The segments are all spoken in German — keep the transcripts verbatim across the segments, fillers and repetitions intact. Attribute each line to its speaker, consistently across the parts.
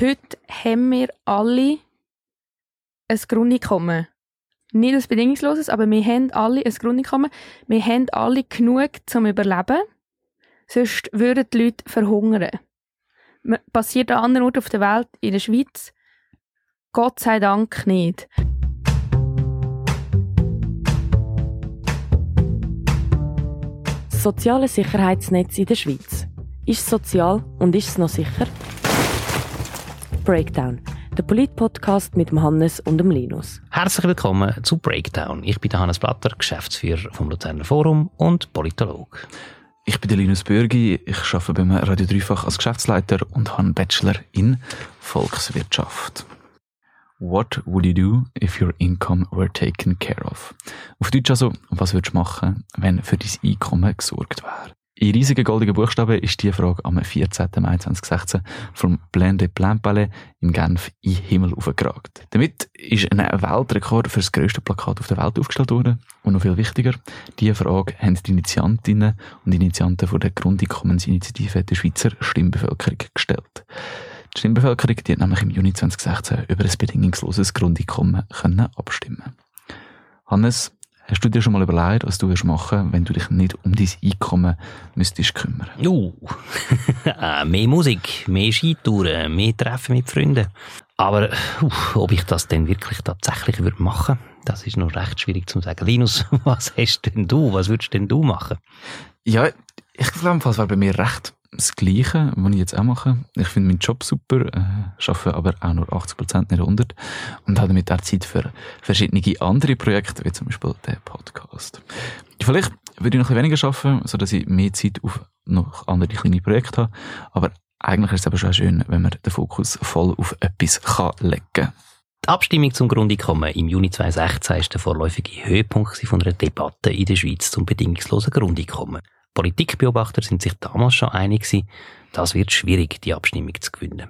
Speaker 1: heute haben wir alle ein Grundeinkommen. Nicht ein bedingungsloses, aber wir haben alle ein Grundeinkommen. Wir haben alle genug zum Überleben. Sonst würden die Leute verhungern. Passiert an anderen Orten auf der Welt, in der Schweiz, Gott sei Dank nicht.
Speaker 2: Das soziale Sicherheitsnetz in der Schweiz. Ist es sozial und ist es noch sicher? Breakdown, der Polit-Podcast mit dem Hannes und dem Linus.
Speaker 3: Herzlich willkommen zu Breakdown. Ich bin der Hannes Blatter, Geschäftsführer vom Luzerner Forum und Politologe.
Speaker 4: Ich bin der Linus Bürgi, ich arbeite beim Radio Dreifach als Geschäftsleiter und habe einen Bachelor in Volkswirtschaft. What would you do if your income were taken care of? Auf Deutsch also, was würdest du machen, wenn für dein Einkommen gesorgt wäre? In riesigen goldenen Buchstaben ist diese Frage am vierzehnten Mai zweitausendsechzehn vom Plein des Plains Palais in Genf in den Himmel aufgeragt. Damit ist ein Weltrekord für das grösste Plakat auf der Welt aufgestellt worden. Und noch viel wichtiger, diese Frage haben die Initiantinnen und Initianten von der Grundeinkommensinitiative der Schweizer Stimmbevölkerung gestellt. Die Stimmbevölkerung die hat nämlich im Juni zweitausendsechzehn über ein bedingungsloses Grundeinkommen können abstimmen. Hannes, hast du dir schon mal überlegt, was du würdest machen, wenn du dich nicht um dein Einkommen müsstest kümmern?
Speaker 3: Uh, mehr Musik, mehr Skitouren, mehr Treffen mit Freunden. Aber uh, ob ich das denn wirklich tatsächlich würde machen, das ist noch recht schwierig zu sagen. Linus, was hast denn du? Was würdest denn du machen?
Speaker 4: Ja, ich glaube, es wäre bei mir recht das Gleiche, was ich jetzt auch mache. Ich finde meinen Job super, äh, arbeite aber auch nur achtzig Prozent, nicht hundert und habe damit auch Zeit für verschiedene andere Projekte, wie zum Beispiel den Podcast. Vielleicht würde ich noch ein bisschen weniger arbeiten, sodass ich mehr Zeit auf noch andere kleine Projekte habe, aber eigentlich ist es aber schon schön, wenn man den Fokus voll auf etwas kann legen kann.
Speaker 3: Die Abstimmung zum Grundeinkommen im Juni zweitausendsechzehn war der vorläufige Höhepunkt von einer Debatte in der Schweiz zum bedingungslosen Grundeinkommen. Politikbeobachter sind sich damals schon einig gewesen, das wird schwierig, die Abstimmung zu gewinnen.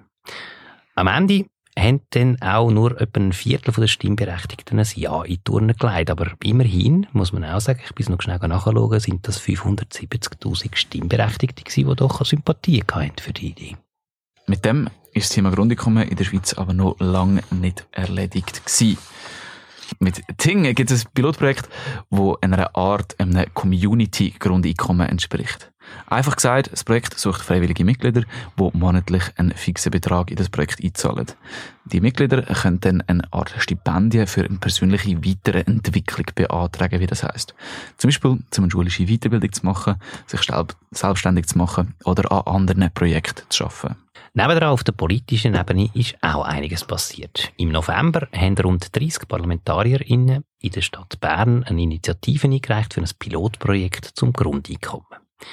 Speaker 3: Am Ende haben dann auch nur etwa ein Viertel der Stimmberechtigten ein Ja in die Turne gelegt. Aber immerhin, muss man auch sagen, ich bin noch schnell nachschauen, sind das fünfhundertsiebzigtausend Stimmberechtigte gewesen, die doch eine Sympathie hatten für die Idee.
Speaker 4: Mit dem ist das Thema Grundeinkommen in der Schweiz aber noch lange nicht erledigt gewesen. Mit Ting gibt es ein Pilotprojekt, das einer Art einem Community-Grundeinkommen entspricht. Einfach gesagt, das Projekt sucht freiwillige Mitglieder, die monatlich einen fixen Betrag in das Projekt einzahlen. Die Mitglieder können dann eine Art Stipendien für eine persönliche Weiterentwicklung beantragen, wie das heisst. Zum Beispiel, um eine schulische Weiterbildung zu machen, sich selbstständig zu machen oder an anderen Projekten zu arbeiten.
Speaker 3: Nebendran auf der politischen Ebene ist auch einiges passiert. Im November haben rund dreissig ParlamentarierInnen in der Stadt Bern eine Initiative eingereicht für ein Pilotprojekt zum Grundeinkommen.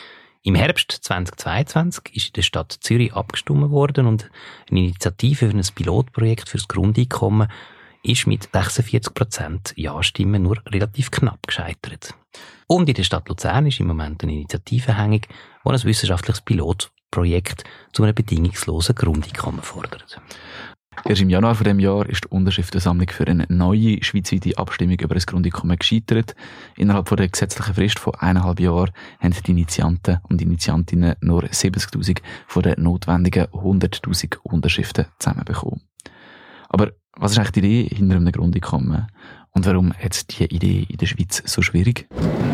Speaker 3: Im Herbst zweitausendzweiundzwanzig ist in der Stadt Zürich abgestimmt worden und eine Initiative für ein Pilotprojekt für das Grundeinkommen ist mit sechsundvierzig Prozent Ja-Stimmen nur relativ knapp gescheitert. Und in der Stadt Luzern ist im Moment eine Initiative hängig, die ein wissenschaftliches Pilotprojekt zu einem bedingungslosen Grundeinkommen fordert.
Speaker 4: Erst im Januar von diesem Jahr ist die Unterschriftensammlung für eine neue schweizweite Abstimmung über das Grundeinkommen gescheitert. Innerhalb von der gesetzlichen Frist von eineinhalb Jahren haben die Initianten und Initiantinnen nur siebzigtausend von den notwendigen hunderttausend Unterschriften zusammenbekommen. Aber was ist eigentlich die Idee hinter einem Grundeinkommen? Und warum hat diese Idee in der Schweiz so schwierig?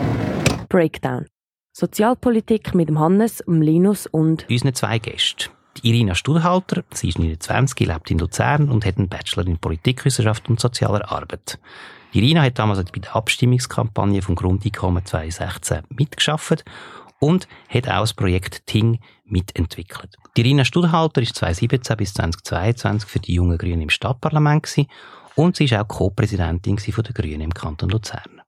Speaker 2: Breakdown. Sozialpolitik mit dem Hannes, dem Linus und
Speaker 3: unseren zwei Gästen. Die Irina Studhalter, sie ist neunundzwanzig, lebt in Luzern und hat einen Bachelor in Politikwissenschaft und sozialer Arbeit. Die Irina hat damals bei der Abstimmungskampagne vom Grundeinkommen zweitausendsechzehn mitgeschafft und hat auch das Projekt Ting mitentwickelt. Die Irina Studhalter war zweitausendsiebzehn bis zweitausendzweiundzwanzig für die jungen Grünen im Stadtparlament gewesen und sie ist auch Co-Präsidentin von den Grünen im Kanton Luzern.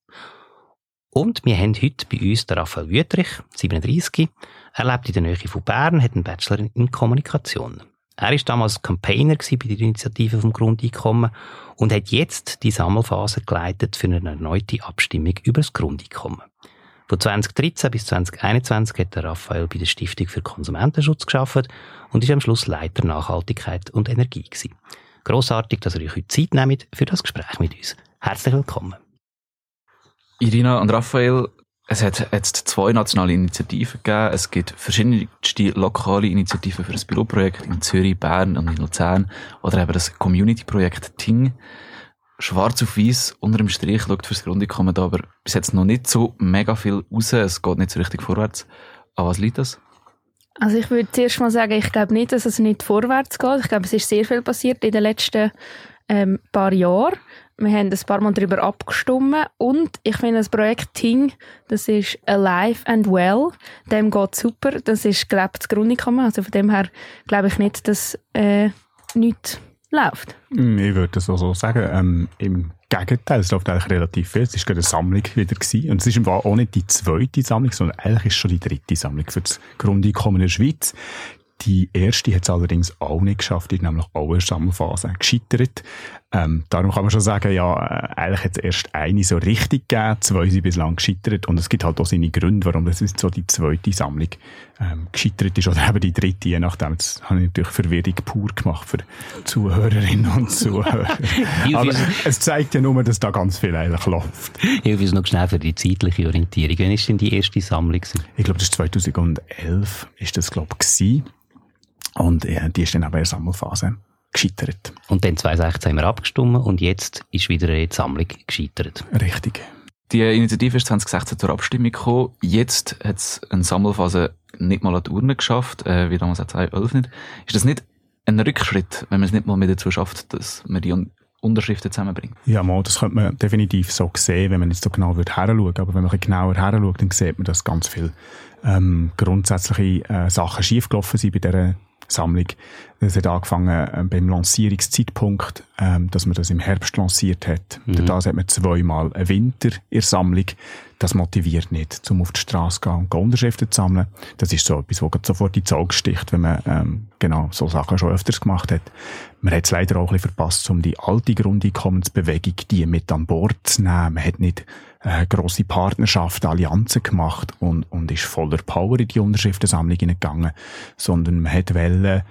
Speaker 3: Und wir haben heute bei uns den Raphael Wüthrich, siebenunddreissig. Er lebt in der Nähe von Bern, hat einen Bachelor in Kommunikation. Er war damals Campaigner bei der Initiative vom Grundeinkommen und hat jetzt die Sammelphase geleitet für eine erneute Abstimmung über das Grundeinkommen. Von zweitausenddreizehn bis zweitausendeinundzwanzig hat der Raphael bei der Stiftung für Konsumentenschutz gearbeitet und ist am Schluss Leiter Nachhaltigkeit und Energie gewesen. Grossartig, dass ihr euch heute Zeit nehmt für das Gespräch mit uns. Herzlich willkommen.
Speaker 4: Irina und Raphael, Es hat jetzt zwei nationale Initiativen gegeben. Es gibt verschiedenste lokale Initiativen für das Pilotprojekt in Zürich, Bern und in Luzern. Oder eben das Community-Projekt Ting. Schwarz auf Weiß unter dem Strich schaut fürs Grundeinkommen da aber bis jetzt noch nicht so mega viel raus. Es geht nicht so richtig vorwärts. An was liegt das?
Speaker 1: Also ich würde zuerst mal sagen, ich glaube nicht, dass es nicht vorwärts geht. Ich glaube, es ist sehr viel passiert in den letzten ähm, paar Jahren. Wir haben ein paar Mal darüber abgestimmt und ich finde das Projekt Ting, das ist Alive and Well, dem geht super, das ist, glaube ich, das Grundeinkommen, also von dem her glaube ich nicht, dass äh, nichts läuft.
Speaker 5: Ich würde das auch so sagen, ähm, im Gegenteil, es läuft eigentlich relativ viel, es war gerade eine Sammlung wieder gewesen. Und es ist im Fall auch nicht die zweite Sammlung, sondern eigentlich ist schon die dritte Sammlung für das Grundeinkommen in der Schweiz. Die erste hat es allerdings auch nicht geschafft, die ist nämlich auch in der Sammelphase gescheitert. Ähm, darum kann man schon sagen, ja, äh, eigentlich hat es erst eine so richtig gegeben, zwei sind bislang gescheitert und es gibt halt auch seine Gründe, warum das jetzt so die zweite Sammlung ähm, gescheitert ist oder eben die dritte, je nachdem. Das habe ich natürlich Verwirrung pur gemacht für Zuhörerinnen und Zuhörer. Aber es zeigt ja nur, dass da ganz viel eigentlich läuft.
Speaker 3: Hilf uns noch schnell für die zeitliche Orientierung. Wann ist denn die erste Sammlung?
Speaker 5: Ich glaube, das war zweitausendelf, ist das, glaube ich, gewesen. Und äh, die ist dann aber in der Sammelphase gescheitert.
Speaker 3: Und dann zwanzig sechzehn haben wir abgestimmt und jetzt ist wieder eine Sammlung gescheitert.
Speaker 5: Richtig.
Speaker 4: Die Initiative ist zwanzig sechzehn zur Abstimmung gekommen. Jetzt hat es eine Sammelphase nicht mal an die Urne geschafft, äh, wie damals auch zwanzig elf nicht. Ist das nicht ein Rückschritt, wenn man es nicht mal mehr dazu schafft, dass man die Un- Unterschriften zusammenbringt?
Speaker 5: Ja, mal, das könnte man definitiv so sehen, wenn man nicht so genau heranschauen würde. Aber wenn man ein bisschen genauer heranschaut, dann sieht man, dass ganz viele ähm, grundsätzliche äh, Sachen schiefgelaufen sind bei dieser Sammlung. Es hat angefangen äh, beim Lancierungszeitpunkt, ähm, dass man das im Herbst lanciert hat. Mhm. Dadurch hat man zweimal einen Winter in der Sammlung. Das motiviert nicht, um auf die Straße zu gehen und Unterschriften zu sammeln. Das ist so etwas, was sofort ins Auge sticht, wenn man ähm, genau so Sachen schon öfters gemacht hat. Man hat es leider auch ein bisschen verpasst, um die alte Grundeinkommensbewegung die mit an Bord zu nehmen. Man hat nicht äh, grosse Partnerschaften, Allianzen gemacht und, und ist voller Power in die Unterschriftensammlung hineingegangen, sondern man hat wollen,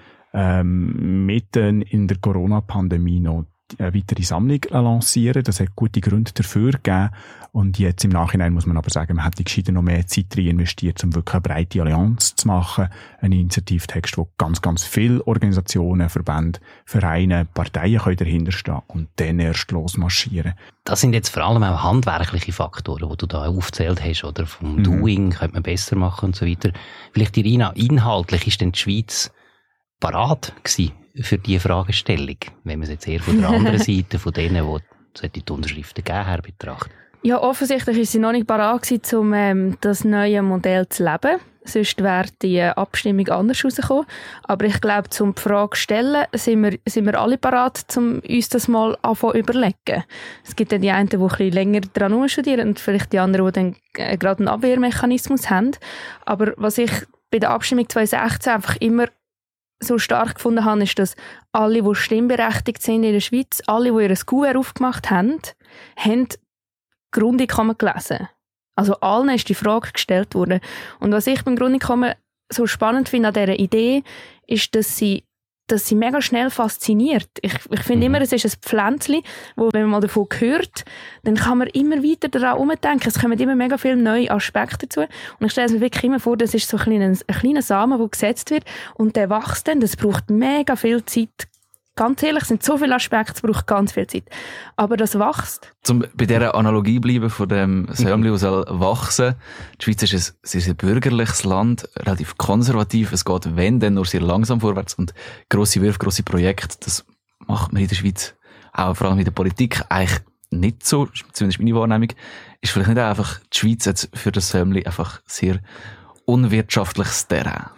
Speaker 5: ähm, mitten in der Corona-Pandemie noch eine weitere Sammlung lancieren. Das hat gute Gründe dafür gegeben. Und jetzt im Nachhinein muss man aber sagen, man hätte gescheiter noch mehr Zeit rein investiert, um wirklich eine breite Allianz zu machen. Ein Initiativtext, wo ganz, ganz viele Organisationen, Verbände, Vereine, Parteien können dahinter stehen und dann erst losmarschieren.
Speaker 3: Das sind jetzt vor allem auch handwerkliche Faktoren, die du da aufgezählt hast, oder vom mhm. Doing, könnte man besser machen und so weiter. Vielleicht, Irina, inhaltlich ist denn die Schweiz parat gewesen für diese Fragestellung, wenn man es jetzt eher von der anderen Seite, von denen, die die Unterschriften gegeben haben, betrachtet?
Speaker 1: Ja, offensichtlich ist sie noch nicht parat gewesen, um ähm, das neue Modell zu leben. Sonst wäre die Abstimmung anders rausgekommen. Aber ich glaube, zum die Frage zu stellen, sind wir, sind wir alle parat, um uns das mal anfangen zu überlegen. Es gibt dann die einen, die ein bisschen länger daran studieren und vielleicht die anderen, die dann äh, gerade einen Abwehrmechanismus haben. Aber was ich bei der Abstimmung zwanzig sechzehn einfach immer so stark gefunden habe, ist, dass alle, die stimmberechtigt sind in der Schweiz, alle, die ihr Q R aufgemacht haben, haben Grundeinkommen gelesen. Also allen ist die Frage gestellt worden. Und was ich beim Grundeinkommen so spannend finde an dieser Idee, ist, dass sie, dass sie mega schnell fasziniert. Ich, ich finde immer, es ist ein Pflänzchen, wo, wenn man mal davon hört, dann kann man immer weiter daran umdenken. Es kommen immer mega viele neue Aspekte dazu. Und ich stelle es mir wirklich immer vor, das ist so ein kleiner, ein kleiner Samen, der gesetzt wird. Und der wächst dann. Das braucht mega viel Zeit. Ganz ehrlich, es sind so viele Aspekte, es braucht ganz viel Zeit. Aber das wächst.
Speaker 4: Zum bei dieser Analogie bleiben von dem Säumli, das soll wachsen. Die Schweiz ist ein sehr, sehr bürgerliches Land, relativ konservativ. Es geht, wenn, dann nur sehr langsam vorwärts. Und grosse Würfe, grosse Projekte, das macht man in der Schweiz, auch vor allem in der Politik, eigentlich nicht so, zumindest meine Wahrnehmung. Ist vielleicht nicht einfach die Schweiz jetzt für das Säumli einfach sehr unwirtschaftliches Terrain.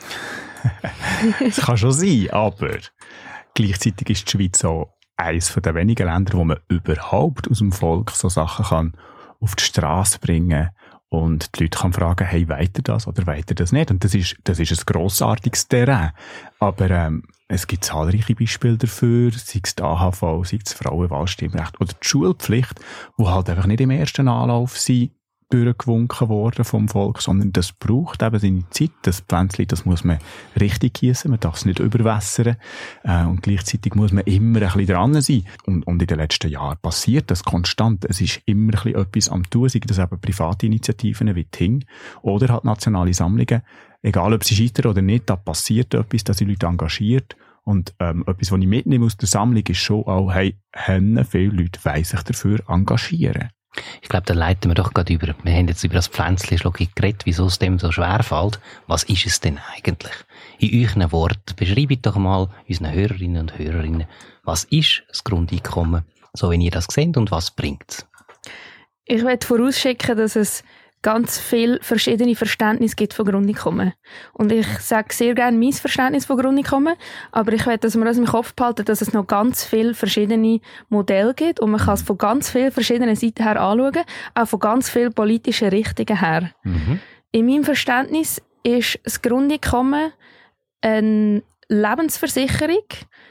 Speaker 5: Das kann schon sein, aber gleichzeitig ist die Schweiz auch eines der wenigen Länder, wo man überhaupt aus dem Volk so Sachen kann auf die Straße bringen und die Leute kann fragen, hey, weiter das oder weiter das nicht? Und das ist, das ist ein grossartiges Terrain. Aber ähm, es gibt zahlreiche Beispiele dafür, sei es die A H V, sei es das Frauenwahlstimmrecht oder die Schulpflicht, die halt einfach nicht im ersten Anlauf sind durchgewunken worden vom Volk, sondern das braucht eben seine Zeit. Das Pflänzchen, das muss man richtig gießen, man darf es nicht überwässern äh, und gleichzeitig muss man immer ein bisschen dran sein. Und, und in den letzten Jahren passiert das konstant. Es ist immer ein bisschen etwas am Tun, sei das eben private Initiativen wie Ting oder halt nationale Sammlungen. Egal, ob sie scheitern oder nicht, da passiert etwas, dass die Leute engagiert. Und ähm, etwas, was ich mitnehme aus der Sammlung, ist schon auch, hey, viele Leute wollen sich dafür engagieren.
Speaker 3: Ich glaube, da leiten wir doch gerade über. Wir haben jetzt über das Pflänzchen geredet, wieso es dem so schwer fällt. Was ist es denn eigentlich? In euren Worten, beschreibt doch mal unseren Hörerinnen und Hörerinnen, was ist das Grundeinkommen, so wie ihr das seht, und was bringt es?
Speaker 1: Ich möchte vorausschicken, dass es ganz viele verschiedene Verständnisse gibt von Grundeinkommen. Und ich sage sehr gerne mein Verständnis von Grundeinkommen, aber ich möchte, dass wir uns im Kopf behalten, dass es noch ganz viele verschiedene Modelle gibt und man kann es von ganz vielen verschiedenen Seiten her anschauen, auch von ganz vielen politischen Richtungen her. Mhm. In meinem Verständnis ist das Grundeinkommen eine Lebensversicherung,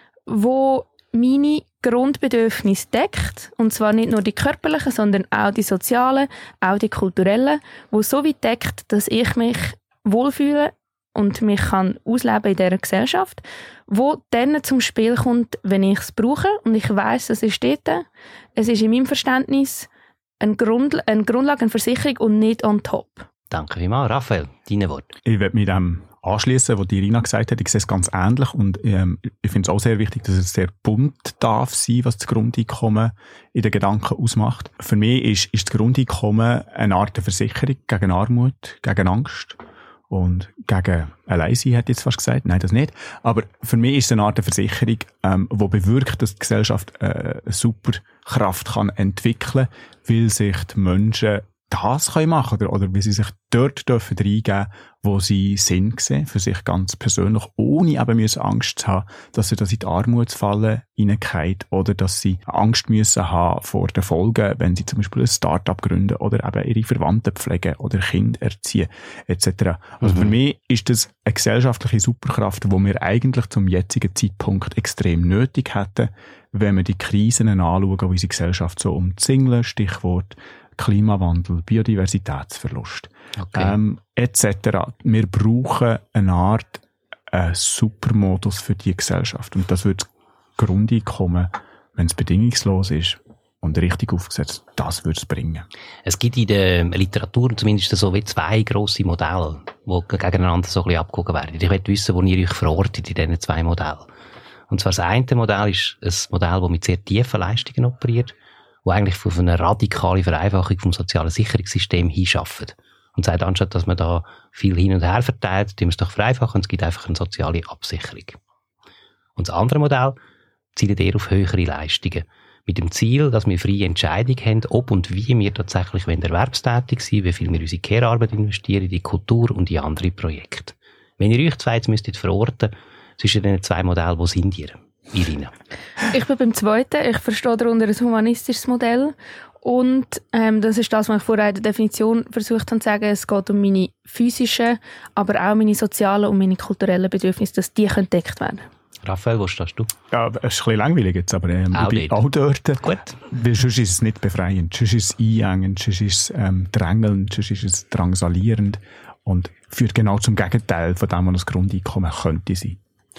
Speaker 1: wo meine Grundbedürfnisse deckt, und zwar nicht nur die körperlichen, sondern auch die sozialen, auch die kulturellen, wo so weit deckt, dass ich mich wohlfühle und mich kann ausleben in dieser Gesellschaft, wo dann zum Spiel kommt, wenn ich es brauche, und ich weiss, es ist dort. Es ist in meinem Verständnis eine, Grund, eine Grundlage, eine Versicherung und nicht on top.
Speaker 3: Danke vielmals. Raphael, deine Worte.
Speaker 5: Ich werde mit dem anschließen, was die Irina gesagt hat. Ich sehe es ganz ähnlich und ähm, ich finde es auch sehr wichtig, dass es sehr bunt darf sein, was das Grundeinkommen in den Gedanken ausmacht. Für mich ist, ist das Grundeinkommen eine Art der Versicherung gegen Armut, gegen Angst und gegen Alleinsein, hätte ich jetzt fast gesagt. Nein, das nicht. Aber für mich ist es eine Art der Versicherung, ähm, die bewirkt, dass die Gesellschaft äh, eine super Kraft kann entwickeln kann, weil sich die Menschen das können machen oder, oder wie sie sich dort dürfen reingeben, wo sie Sinn sehen, für sich ganz persönlich, ohne eben müssen Angst zu haben, dass sie das in die Armutsfalle hineinfallen oder dass sie Angst müssen haben vor den Folgen, wenn sie zum Beispiel ein Start-up gründen oder eben ihre Verwandten pflegen oder Kinder erziehen et cetera. Also mhm. für mich ist das eine gesellschaftliche Superkraft, die wir eigentlich zum jetzigen Zeitpunkt extrem nötig hätten, wenn wir die Krisen anschauen, die unsere Gesellschaft so umzingeln, Stichwort Klimawandel, Biodiversitätsverlust, okay. ähm, et cetera. Wir brauchen eine Art äh, Supermodus für die Gesellschaft. Und das wird das Grundeinkommen, wenn es bedingungslos ist und richtig aufgesetzt, das würde es bringen.
Speaker 3: Es gibt in der Literatur zumindest so wie zwei grosse Modelle, die gegeneinander so ein bisschen abgewogen werden. Ich möchte wissen, wo ihr euch verortet in diesen zwei Modellen. Und zwar das eine Modell ist ein Modell, das mit sehr tiefen Leistungen operiert, wo eigentlich auf eine radikale Vereinfachung vom sozialen Sicherungssystem hinschafft. Und sagt, anstatt dass man da viel hin und her verteilt, tun wir es doch vereinfachen und es gibt einfach eine soziale Absicherung. Und das andere Modell zielt eher auf höhere Leistungen. Mit dem Ziel, dass wir freie Entscheidung haben, ob und wie wir tatsächlich erwerbstätig sein wollen, wie viel wir unsere Care-Arbeit investieren, in die Kultur und in andere Projekte. Wenn ihr euch zwei jetzt müsstet verorten, zwischen diesen zwei Modellen, wo sind ihr? Irina.
Speaker 1: Ich bin beim zweiten. Ich verstehe darunter ein humanistisches Modell. Und ähm, das ist das, was ich vorher in der Definition versucht habe zu sagen. Es geht um meine physischen, aber auch meine sozialen und meine kulturellen Bedürfnisse, dass die gedeckt werden können.
Speaker 3: Raphael, wo stehst du?
Speaker 5: Ja, es ist ein bisschen langweilig jetzt, aber ähm,
Speaker 3: auch,
Speaker 5: ich bin auch dort.
Speaker 3: Gut.
Speaker 5: Weil sonst ist es nicht befreiend, sonst ist es einengend, sonst ist es ähm, drängelnd, sonst ist es drangsalierend und führt genau zum Gegenteil von dem, was das Grundeinkommen könnte sein.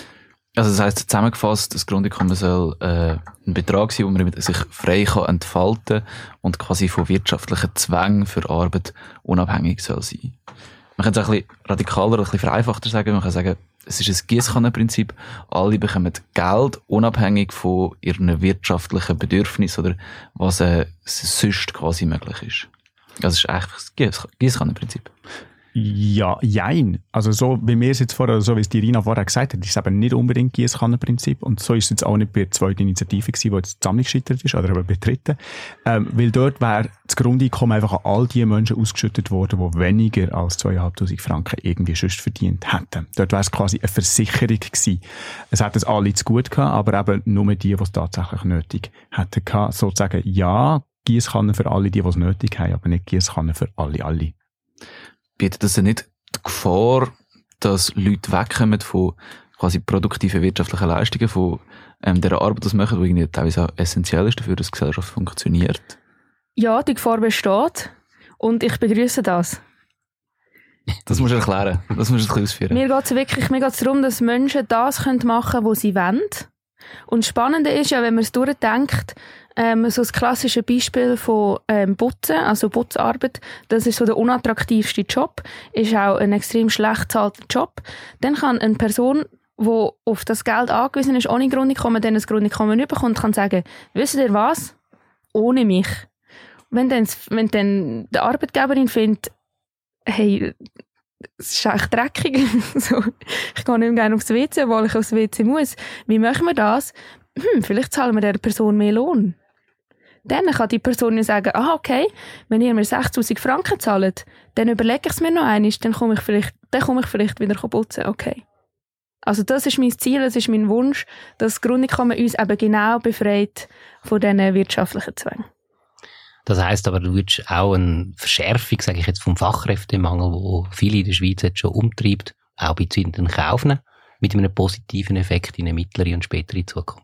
Speaker 4: Also das heisst, zusammengefasst, das Grundeinkommen soll äh, ein Betrag sein, wo man sich frei kann entfalten und quasi von wirtschaftlichen Zwängen für Arbeit unabhängig soll sein. Man kann es auch ein bisschen radikaler, ein bisschen vereinfachter sagen. Man kann sagen, es ist ein Giesskannenprinzip. Alle bekommen Geld unabhängig von ihren wirtschaftlichen Bedürfnissen oder was äh, sonst quasi möglich ist. Also es ist eigentlich das Giesskannenprinzip.
Speaker 5: Ja, jein. Also so, wie wir es jetzt vorher, so wie es die Irina vorher gesagt hat, ist es eben nicht unbedingt Giesskannenprinzip. Und so ist es jetzt auch nicht bei der zweiten Initiative gewesen, wo jetzt die Sammlung gescheitert ist, oder aber bei der dritten. Ähm, weil dort wäre das Grundeinkommen einfach an all die Menschen ausgeschüttet worden, die weniger als zweitausendfünfhundert Franken irgendwie sonst verdient hätten. Dort wäre es quasi eine Versicherung gewesen. Es hätten es alle zu gut gehabt, aber eben nur die, die es tatsächlich nötig hätten gehabt. Sozusagen, ja, Giesskannen für alle, die, die es nötig haben, aber nicht Giesskannen für alle, alle.
Speaker 4: Bietet das ja nicht die Gefahr, dass Leute wegkommen von quasi produktiven wirtschaftlichen Leistungen, von ähm, der Arbeit, die sie machen, die irgendwie teilweise auch essentiell ist dafür, dass die Gesellschaft funktioniert?
Speaker 1: Ja, die Gefahr besteht. Und ich begrüße das.
Speaker 4: Das musst du erklären. Das musst du ein bisschen ausführen.
Speaker 1: Mir geht es wirklich mir geht's darum, dass Menschen das machen können, was sie wollen. Und das Spannende ist ja, wenn man es durchdenkt, ähm, so das klassische Beispiel von ähm, Putzen, also Putzarbeit, das ist so der unattraktivste Job, ist auch ein extrem schlecht bezahlter Job. Dann kann eine Person, die auf das Geld angewiesen ist, ohne Grundeinkommen, dann ein Grundeinkommen bekommt, kann sagen, wisst ihr was? Ohne mich. Wenn dann, wenn dann die Arbeitgeberin findet, hey, es ist echt dreckig, so, ich gehe nicht mehr gerne aufs W C, weil ich aufs W C muss. Wie machen wir das? Hm, vielleicht zahlen wir der Person mehr Lohn. Dann kann die Person ja sagen, ah, okay, wenn ihr mir sechstausend Franken zahlt, dann überlege ich es mir noch einmal, dann komme ich vielleicht, dann komme ich vielleicht wieder putzen, okay. Also das ist mein Ziel, das ist mein Wunsch, dass das Grundeinkommen uns eben genau befreit von diesen wirtschaftlichen Zwängen.
Speaker 3: Das heisst aber, du würdest auch eine Verschärfung, sage ich jetzt, vom Fachkräftemangel, wo viele in der Schweiz jetzt schon umtreibt, auch ein bisschen in den Kauf nehmen, mit einem positiven Effekt in eine mittlere und spätere Zukunft.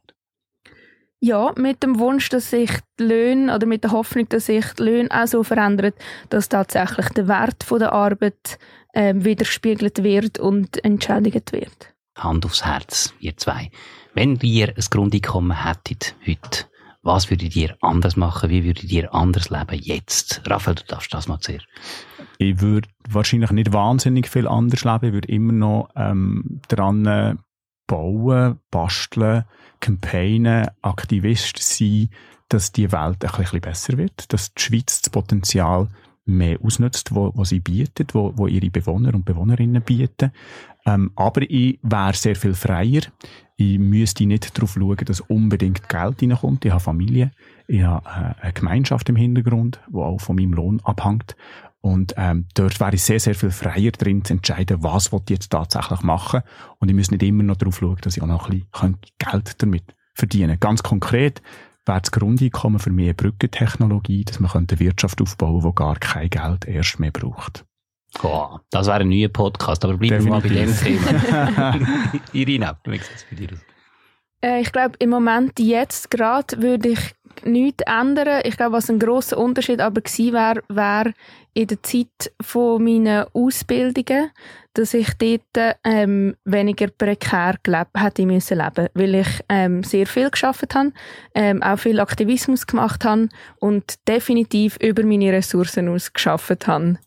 Speaker 1: Ja, mit dem Wunsch, dass sich die Löhne, oder mit der Hoffnung, dass sich die Löhne auch so verändern, dass tatsächlich der Wert von der Arbeit äh, widerspiegelt wird und entschädigt wird.
Speaker 3: Hand aufs Herz, ihr zwei. Wenn ihr ein Grundeinkommen hättet heute, was würdet ihr anders machen? Wie würdet ihr anders leben jetzt? Raphael, du darfst das mal zuerst.
Speaker 5: Ich würde wahrscheinlich nicht wahnsinnig viel anders leben. Ich würde immer noch ähm, dran bauen, basteln, campaignen, Aktivist sein, dass die Welt ein bisschen besser wird, dass die Schweiz das Potenzial mehr ausnutzt, wo, wo sie bietet, wo, wo ihre Bewohner und Bewohnerinnen bieten. Ähm, aber ich wäre sehr viel freier. Ich müsste nicht darauf schauen, dass unbedingt Geld reinkommt. Ich habe Familie, ich habe äh, eine Gemeinschaft im Hintergrund, die auch von meinem Lohn abhängt. Und ähm, dort wäre ich sehr, sehr viel freier drin zu entscheiden, was ich jetzt tatsächlich machen. Und ich muss nicht immer noch darauf schauen, dass ich auch noch ein bisschen Geld damit verdienen kann. Ganz konkret wäre das Grundeinkommen für mich eine Brückentechnologie, dass man eine Wirtschaft aufbauen könnte, die gar kein Geld erst mehr braucht.
Speaker 3: Oh, das wäre ein neuer Podcast, aber bleiben wir mal bei dem Thema. Irina, wie sieht es bei dir aus?
Speaker 1: Äh, ich glaube, im Moment, jetzt gerade, würde ich nichts ändern. Ich glaube, was ein grosser Unterschied aber gewesen wäre, wäre in der Zeit von meinen Ausbildungen, dass ich dort ähm, weniger prekär gelebt hätte müssen leben, weil ich ähm, sehr viel gearbeitet habe, ähm, auch viel Aktivismus gemacht habe und definitiv über meine Ressourcen aus gearbeitet habe,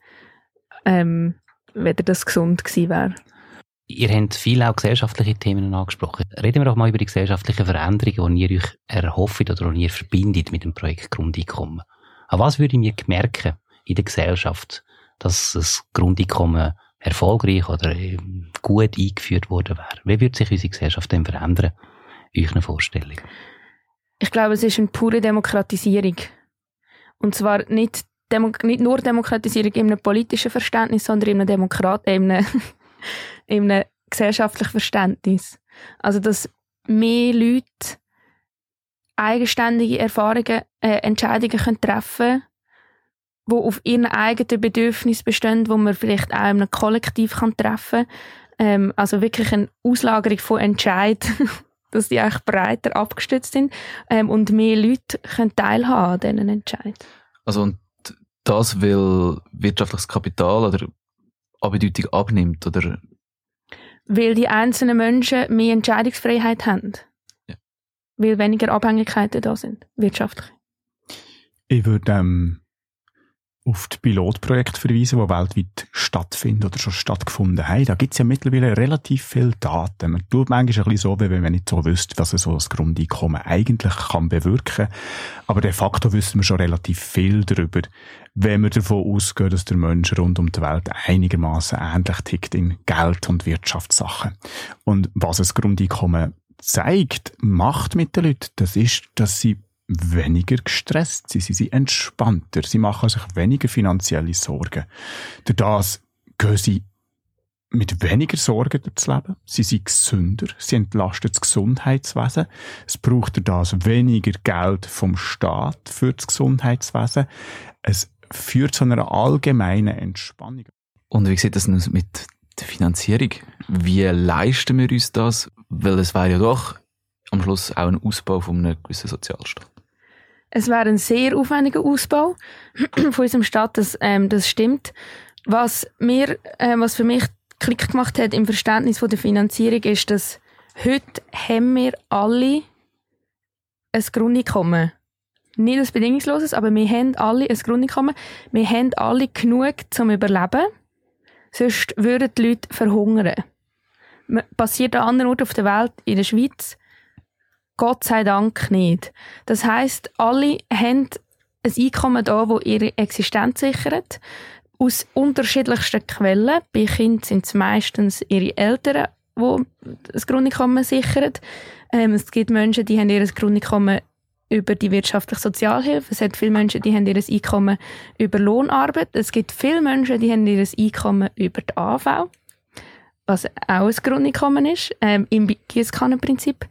Speaker 1: ähm, weder das gesund gewesen wäre.
Speaker 3: Ihr habt viel auch gesellschaftliche Themen angesprochen. Reden wir doch mal über die gesellschaftlichen Veränderungen, die ihr euch erhofft oder die ihr verbindet mit dem Projekt Grundeinkommen. An was würde ich mir merken in der Gesellschaft, dass das Grundeinkommen erfolgreich oder gut eingeführt worden wäre? Wie würde sich unsere Gesellschaft denn verändern? Euch Vorstellung? Ich
Speaker 1: glaube, es ist eine pure Demokratisierung. Und zwar nicht, Demo- nicht nur Demokratisierung in einem politischen Verständnis, sondern in einem, Demokrat- äh, in einem, in einem gesellschaftlichen Verständnis. Also, dass mehr Leute eigenständige Erfahrungen, äh, Entscheidungen können treffen können, die auf ihren eigenen Bedürfnissen bestehen, die man vielleicht auch in einem Kollektiv kann treffen kann. Ähm, also wirklich eine Auslagerung von Entscheidungen, dass die eigentlich breiter abgestützt sind ähm, und mehr Leute können teilhaben an diesen Entscheidungen.
Speaker 4: Also und das, weil wirtschaftliches Kapital oder an Bedeutung abnimmt, oder?
Speaker 1: Weil die einzelnen Menschen mehr Entscheidungsfreiheit haben.
Speaker 4: Ja.
Speaker 1: Weil weniger Abhängigkeiten da sind, wirtschaftlich.
Speaker 5: Ich würde ähm, auf die Pilotprojekte verweisen, die weltweit stattfinden oder schon stattgefunden haben. Da gibt es ja mittlerweile relativ viele Daten. Man tut manchmal ein bisschen so, wie wenn man nicht so wüsste, was so das Grundeinkommen eigentlich kann bewirken. Aber de facto wissen wir schon relativ viel darüber, wenn wir davon ausgehen, dass der Mensch rund um die Welt einigermaßen ähnlich tickt in Geld- und Wirtschaftssachen. Und was das Grundeinkommen zeigt, macht mit den Leuten, das ist, dass sie weniger gestresst sind, sie sind entspannter, sie machen sich weniger finanzielle Sorgen. Durch das gehen sie mit weniger Sorgen durchs Leben, sie sind gesünder, sie entlasten das Gesundheitswesen, es braucht durch das weniger Geld vom Staat für das Gesundheitswesen, es führt zu einer allgemeinen Entspannung.
Speaker 4: Und wie sieht das mit der Finanzierung? Wie leisten wir uns das? Weil es wäre ja doch am Schluss auch ein Ausbau von einem gewissen Sozialstaat.
Speaker 1: Es wäre ein sehr aufwendiger Ausbau von unserem Staat, das, ähm, das stimmt. Was, mir, äh, was für mich Klick gemacht hat im Verständnis von der Finanzierung ist, dass heute haben wir alle ein Grundeinkommen. Nicht ein bedingungsloses, aber wir haben alle ein Grundeinkommen. Wir haben alle genug zum Überleben. Sonst würden die Leute verhungern. Passiert an anderen Orten auf der Welt, in der Schweiz, Gott sei Dank nicht. Das heisst, alle haben ein Einkommen da, das ihre Existenz sichert. Aus unterschiedlichsten Quellen. Bei Kindern sind es meistens ihre Eltern, die das Grundeinkommen sichern. Ähm, es gibt Menschen, die haben ihr Grundeinkommen über die wirtschaftliche Sozialhilfe. Es gibt viele Menschen, die haben ihr Einkommen über Lohnarbeit. Es gibt viele Menschen, die haben ihr Einkommen über die A V, was auch ein Grundeinkommen ist, ähm, im Giesskannenprinzip.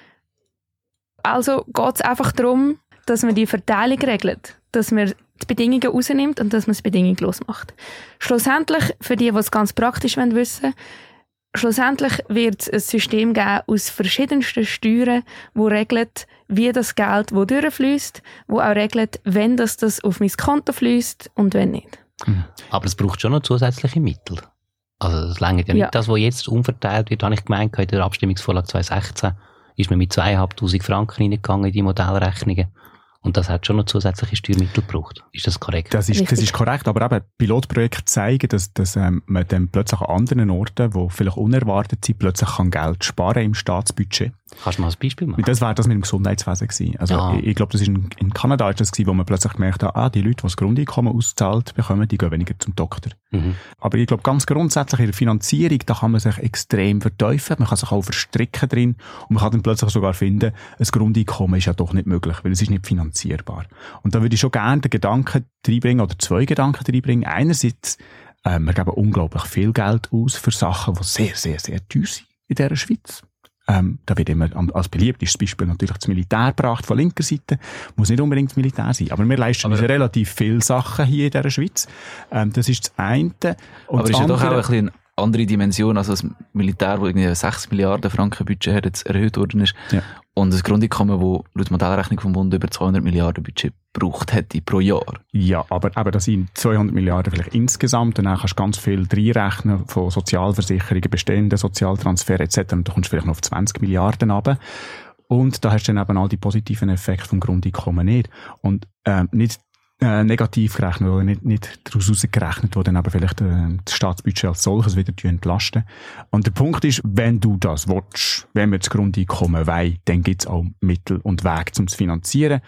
Speaker 1: Also geht es einfach darum, dass man die Verteilung regelt, dass man die Bedingungen rausnimmt und dass man es bedingungslos macht. Schlussendlich, für die, die es ganz praktisch wissen wollen, schlussendlich wird es ein System geben aus verschiedensten Steuern, das regelt, wie das Geld wo durchfließt, wo auch regelt, wenn das, das auf mein Konto fließt und wenn nicht.
Speaker 3: Aber es braucht schon noch zusätzliche Mittel. Also es reicht ja nicht
Speaker 1: Ja.
Speaker 3: das, was jetzt umverteilt wird, habe ich gemeint, in der Abstimmungsvorlage zwanzig sechzehn ist man mit zweitausendfünfhundert Franken reingegangen in die Modellrechnungen. Und das hat schon noch zusätzliche Steuermittel gebraucht. Ist das korrekt?
Speaker 5: Das ist, das ist korrekt, aber eben Pilotprojekte zeigen, dass, dass ähm, man dann plötzlich an anderen Orten, wo vielleicht unerwartet sind, plötzlich kann Geld sparen im Staatsbudget.
Speaker 3: Kannst du mal ein Beispiel machen?
Speaker 5: Das war das mit dem Gesundheitswesen gewesen. Also
Speaker 3: Ah.
Speaker 5: ich, ich glaube, das ist in, in Kanada ist das gewesen, wo man plötzlich gemerkt hat, ah, die Leute, die das Grundeinkommen auszahlt bekommen, die gehen weniger zum Doktor.
Speaker 3: Mhm.
Speaker 5: Aber ich glaube, ganz grundsätzlich in der Finanzierung, da kann man sich extrem verteufeln, man kann sich auch verstricken drin und man kann dann plötzlich sogar finden, ein Grundeinkommen ist ja doch nicht möglich, weil es ist nicht finanzierbar. Und da würde ich schon gerne den Gedanken reinbringen, oder zwei Gedanken reinbringen. Einerseits, äh, wir geben unglaublich viel Geld aus für Sachen, die sehr, sehr, sehr teuer sind in dieser Schweiz. Ähm, da wird immer als beliebtes Beispiel natürlich das Militär gebracht von linker Seite. Muss nicht unbedingt das Militär sein. Aber wir leisten
Speaker 4: Aber
Speaker 5: uns relativ viele Sachen hier in dieser Schweiz. Ähm, das ist das eine. Und
Speaker 4: Aber
Speaker 5: das
Speaker 4: ist ja doch auch
Speaker 5: andere-
Speaker 4: ein bisschen eine andere Dimension. Also das Militär, das irgendwie sechs Milliarden Franken Budget hat, jetzt erhöht worden ist.
Speaker 5: Ja.
Speaker 4: Und das Grundeinkommen, das laut Modellrechnung vom Bund über zweihundert Milliarden Budget gebraucht hätte pro Jahr.
Speaker 5: Ja, aber, aber das sind zweihundert Milliarden vielleicht insgesamt. Und dann kannst du ganz viel reinrechnen von Sozialversicherungen, bestehenden Sozialtransfer et cetera. Und da kommst du vielleicht noch auf zwanzig Milliarden runter. Und da hast du dann eben all die positiven Effekte vom Grundeinkommen nicht. Und ähm, nicht äh, negativ gerechnet oder nicht, nicht daraus herausgerechnet, wo dann aber vielleicht äh, das Staatsbudget als solches wieder entlasten. Und der Punkt ist, wenn du das willst, wenn wir das Grundeinkommen wollen, dann gibt es auch Mittel und Wege, um es zu finanzieren.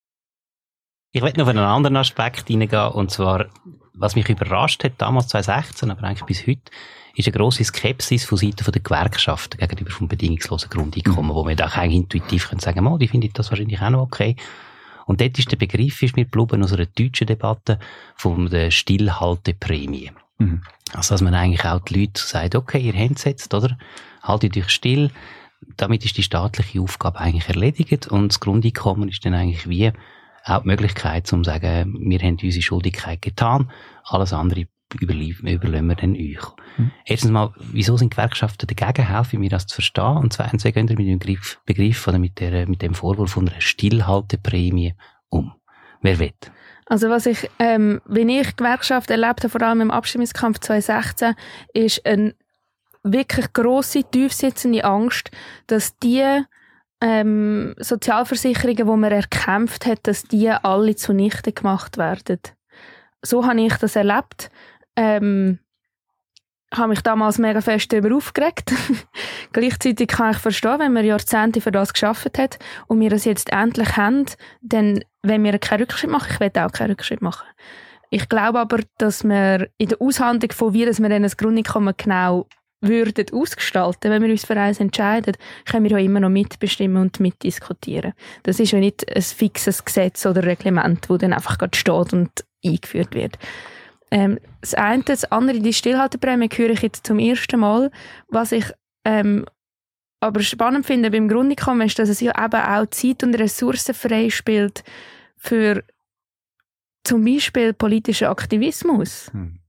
Speaker 3: Ich möchte noch auf einen anderen Aspekt hineingehen, und zwar, was mich überrascht hat, damals zwanzig sechzehn, aber eigentlich bis heute, ist eine grosse Skepsis von Seiten der Gewerkschaften gegenüber vom bedingungslosen Grundeinkommen, mhm. wo man auch eigentlich intuitiv können sagen, oh, die finden das wahrscheinlich auch noch okay. Und dort ist der Begriff ist mir geblieben aus einer deutschen Debatte von der Stillhalteprämie.
Speaker 5: Mhm.
Speaker 3: Also, dass man eigentlich auch die Leute sagt, okay, ihr habt es jetzt, oder? Haltet euch still. Damit ist die staatliche Aufgabe eigentlich erledigt und das Grundeinkommen ist dann eigentlich wie auch die Möglichkeit, um zu sagen, wir haben unsere Schuldigkeit getan, alles andere überlassen wir dann euch. Mhm. Erstens mal, wieso sind Gewerkschaften dagegen? Helfen mir das zu verstehen? Und zweitens, wie gehen wir mit dem Begriff, Begriff oder mit, der, mit dem Vorwurf von einer Stillhalteprämie um? Wer will?
Speaker 1: Also was ich, ähm, wenn ich Gewerkschaft erlebt habe, vor allem im Abstimmungskampf zwanzig sechzehn, ist eine wirklich grosse, tiefsitzende Angst, dass die ähm, Sozialversicherungen, die man erkämpft hat, dass die alle zunichte gemacht werden. So habe ich das erlebt. Ähm, habe mich damals mega fest darüber aufgeregt. Gleichzeitig kann ich verstehen, wenn man Jahrzehnte für das geschafft hat und wir das jetzt endlich haben, dann wenn wir keinen Rückschritt machen, ich will auch keinen Rückschritt machen. Ich glaube aber, dass wir in der Aushandlung von wie dass wir dann das Grundeinkommen genau würden ausgestalten, wenn wir uns für eins entscheiden, können wir ja immer noch mitbestimmen und mitdiskutieren. Das ist ja nicht ein fixes Gesetz oder Reglement, das dann einfach gerade steht und eingeführt wird. Ähm, das eine, das andere, die Stillhalteprämie höre ich jetzt zum ersten Mal. Was ich ähm, aber spannend finde beim Grundeinkommen ist, dass es ja eben auch Zeit und Ressourcen freispielt für zum Beispiel politischen Aktivismus. Hm.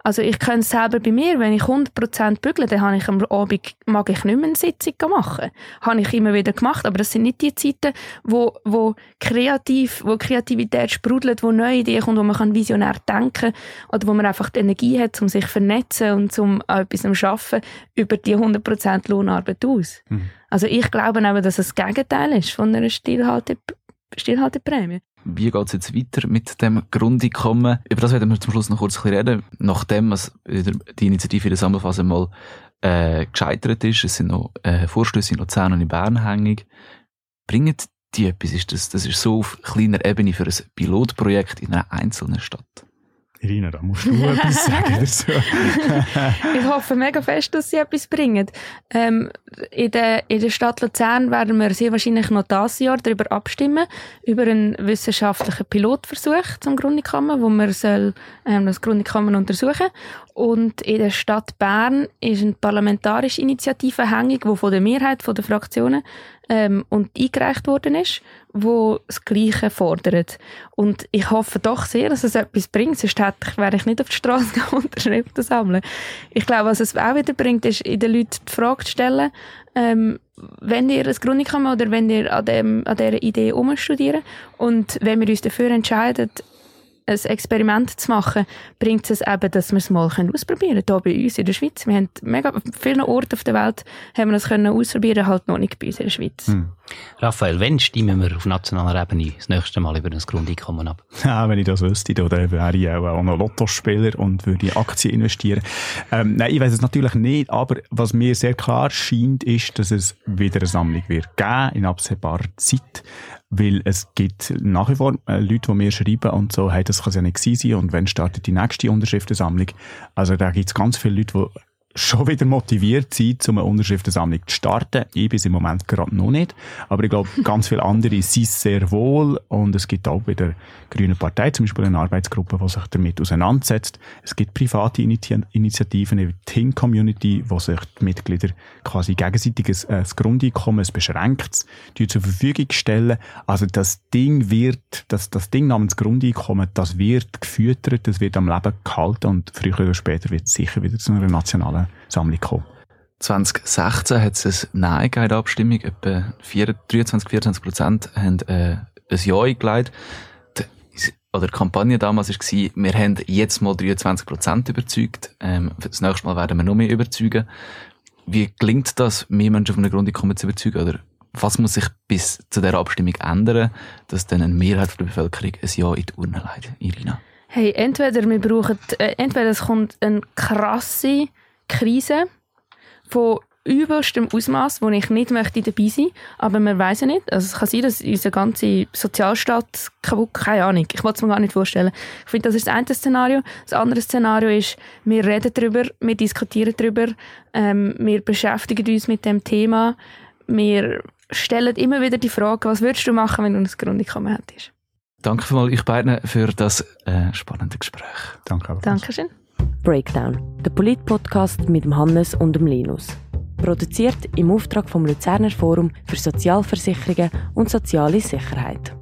Speaker 1: Also ich kann es selber bei mir, wenn ich hundert Prozent bügle, dann habe ich am Abend, mag ich nicht mehr eine Sitzung machen. Habe ich immer wieder gemacht, aber das sind nicht die Zeiten, wo, wo kreativ, wo Kreativität sprudelt, wo neue Ideen kommt, wo man kann visionär denken oder wo man einfach die Energie hat, um sich zu vernetzen und um an etwas zu arbeiten, über die hundert Prozent Lohnarbeit aus. Mhm. Also ich glaube aber, dass es das Gegenteil ist von einer Stillhalte, Stillhalteprämie.
Speaker 4: Wie geht es jetzt weiter mit dem Grundeinkommen? Über das werden wir zum Schluss noch kurz ein bisschen reden. Nachdem was die Initiative in der Sammelphase mal äh, gescheitert ist, es sind noch äh, Vorstösse in Luzern und in Bern hängig. Bringen die etwas? Ist das, das ist so auf kleiner Ebene für ein Pilotprojekt in einer einzelnen Stadt.
Speaker 5: Irina, da musst du etwas sagen dazu.
Speaker 1: Ich hoffe mega fest, dass sie etwas bringen. Ähm, in, der, in der Stadt Luzern werden wir sehr wahrscheinlich noch dieses Jahr darüber abstimmen, über einen wissenschaftlichen Pilotversuch zum Grundeinkommen, wo man soll, ähm, das Grundeinkommen untersuchen. Und in der Stadt Bern ist eine parlamentarische Initiative hängig, die von der Mehrheit der Fraktionen ähm, und eingereicht worden ist, wo das Gleiche fordert. Und ich hoffe doch sehr, dass es etwas bringt, sonst hätte ich, wäre ich nicht auf die Straße gegangen, Unterschriften sammeln. Ich glaube, was es auch wieder bringt, ist, in den Leuten die Frage zu stellen, ähm, wenn ihr ein Grundeinkommen oder wenn ihr an, dem, an dieser Idee umstudieren und wenn wir uns dafür entscheiden, ein Experiment zu machen, bringt es eben, dass wir es mal ausprobieren können, hier bei uns in der Schweiz. Wir haben mega vielen Orten auf der Welt haben wir das können ausprobieren, halt noch nicht bei uns in der Schweiz.
Speaker 3: Hm. Raphael, wann stimmen wir auf nationaler Ebene das nächste Mal über das Grundeinkommen ab?
Speaker 5: Ja, wenn ich das wüsste, dann wäre ich auch noch Lottospieler und würde in Aktien investieren. Ähm, nein, ich weiss es natürlich nicht, aber was mir sehr klar scheint, ist, dass es wieder eine Sammlung wird geben in absehbarer Zeit. Weil es gibt nach wie vor äh, Leute, die mir schreiben und so, hey, das kann ja nicht sein und wann startet die nächste Unterschriftensammlung? Also da gibt es ganz viele Leute, die schon wieder motiviert sind, um eine Unterschriftensammlung zu starten. Ich bin es im Moment gerade noch nicht, aber ich glaube, ganz viele andere sind sehr wohl und es gibt auch wieder Grüne Partei, zum Beispiel eine Arbeitsgruppe, die sich damit auseinandersetzt. Es gibt private Initi- Initiativen, die Think-Community, wo sich die Mitglieder quasi gegenseitig ein, ein Grundeinkommen, ein beschränktes, die zur Verfügung stellen. Also das Ding wird, das, das Ding namens Grundeinkommen, das wird gefüttert, das wird am Leben gehalten und früher oder später wird es sicher wieder zu einer nationalen Sammlung kommen.
Speaker 4: zwanzig sechzehn hat es eine Nein gegeben in der Abstimmung. Etwa dreiundzwanzig, vierundzwanzig Prozent haben äh, ein Ja eingelegt. Die, oder die Kampagne damals war, wir haben jetzt mal dreiundzwanzig Prozent überzeugt. Ähm, das nächste Mal werden wir noch mehr überzeugen. Wie gelingt das, mehr Menschen von einem Grundeinkommen zu überzeugen? Oder was muss sich bis zu dieser Abstimmung ändern, dass dann eine Mehrheit der Bevölkerung ein Ja in die Urne legt? Irina?
Speaker 1: Hey, entweder wir brauchen, äh, entweder es kommt eine krasse Krise von übelstem Ausmaß, wo ich nicht möchte dabei sein, aber man weiss ja nicht. Also es kann sein, dass unser ganzer Sozialstaat kaputt, keine Ahnung, ich will es mir gar nicht vorstellen. Ich finde, das ist das eine Szenario. Das andere Szenario ist, wir reden darüber, wir diskutieren darüber, ähm, wir beschäftigen uns mit dem Thema, wir stellen immer wieder die Frage, was würdest du machen, wenn du ein Grundeinkommen hättest?
Speaker 4: Danke vielmals euch beiden für das äh, spannende Gespräch.
Speaker 5: Danke.
Speaker 1: Dankeschön.
Speaker 2: Breakdown, der Polit-Podcast mit dem Hannes und dem Linus. Produziert im Auftrag vom Luzerner Forum für Sozialversicherungen und soziale Sicherheit.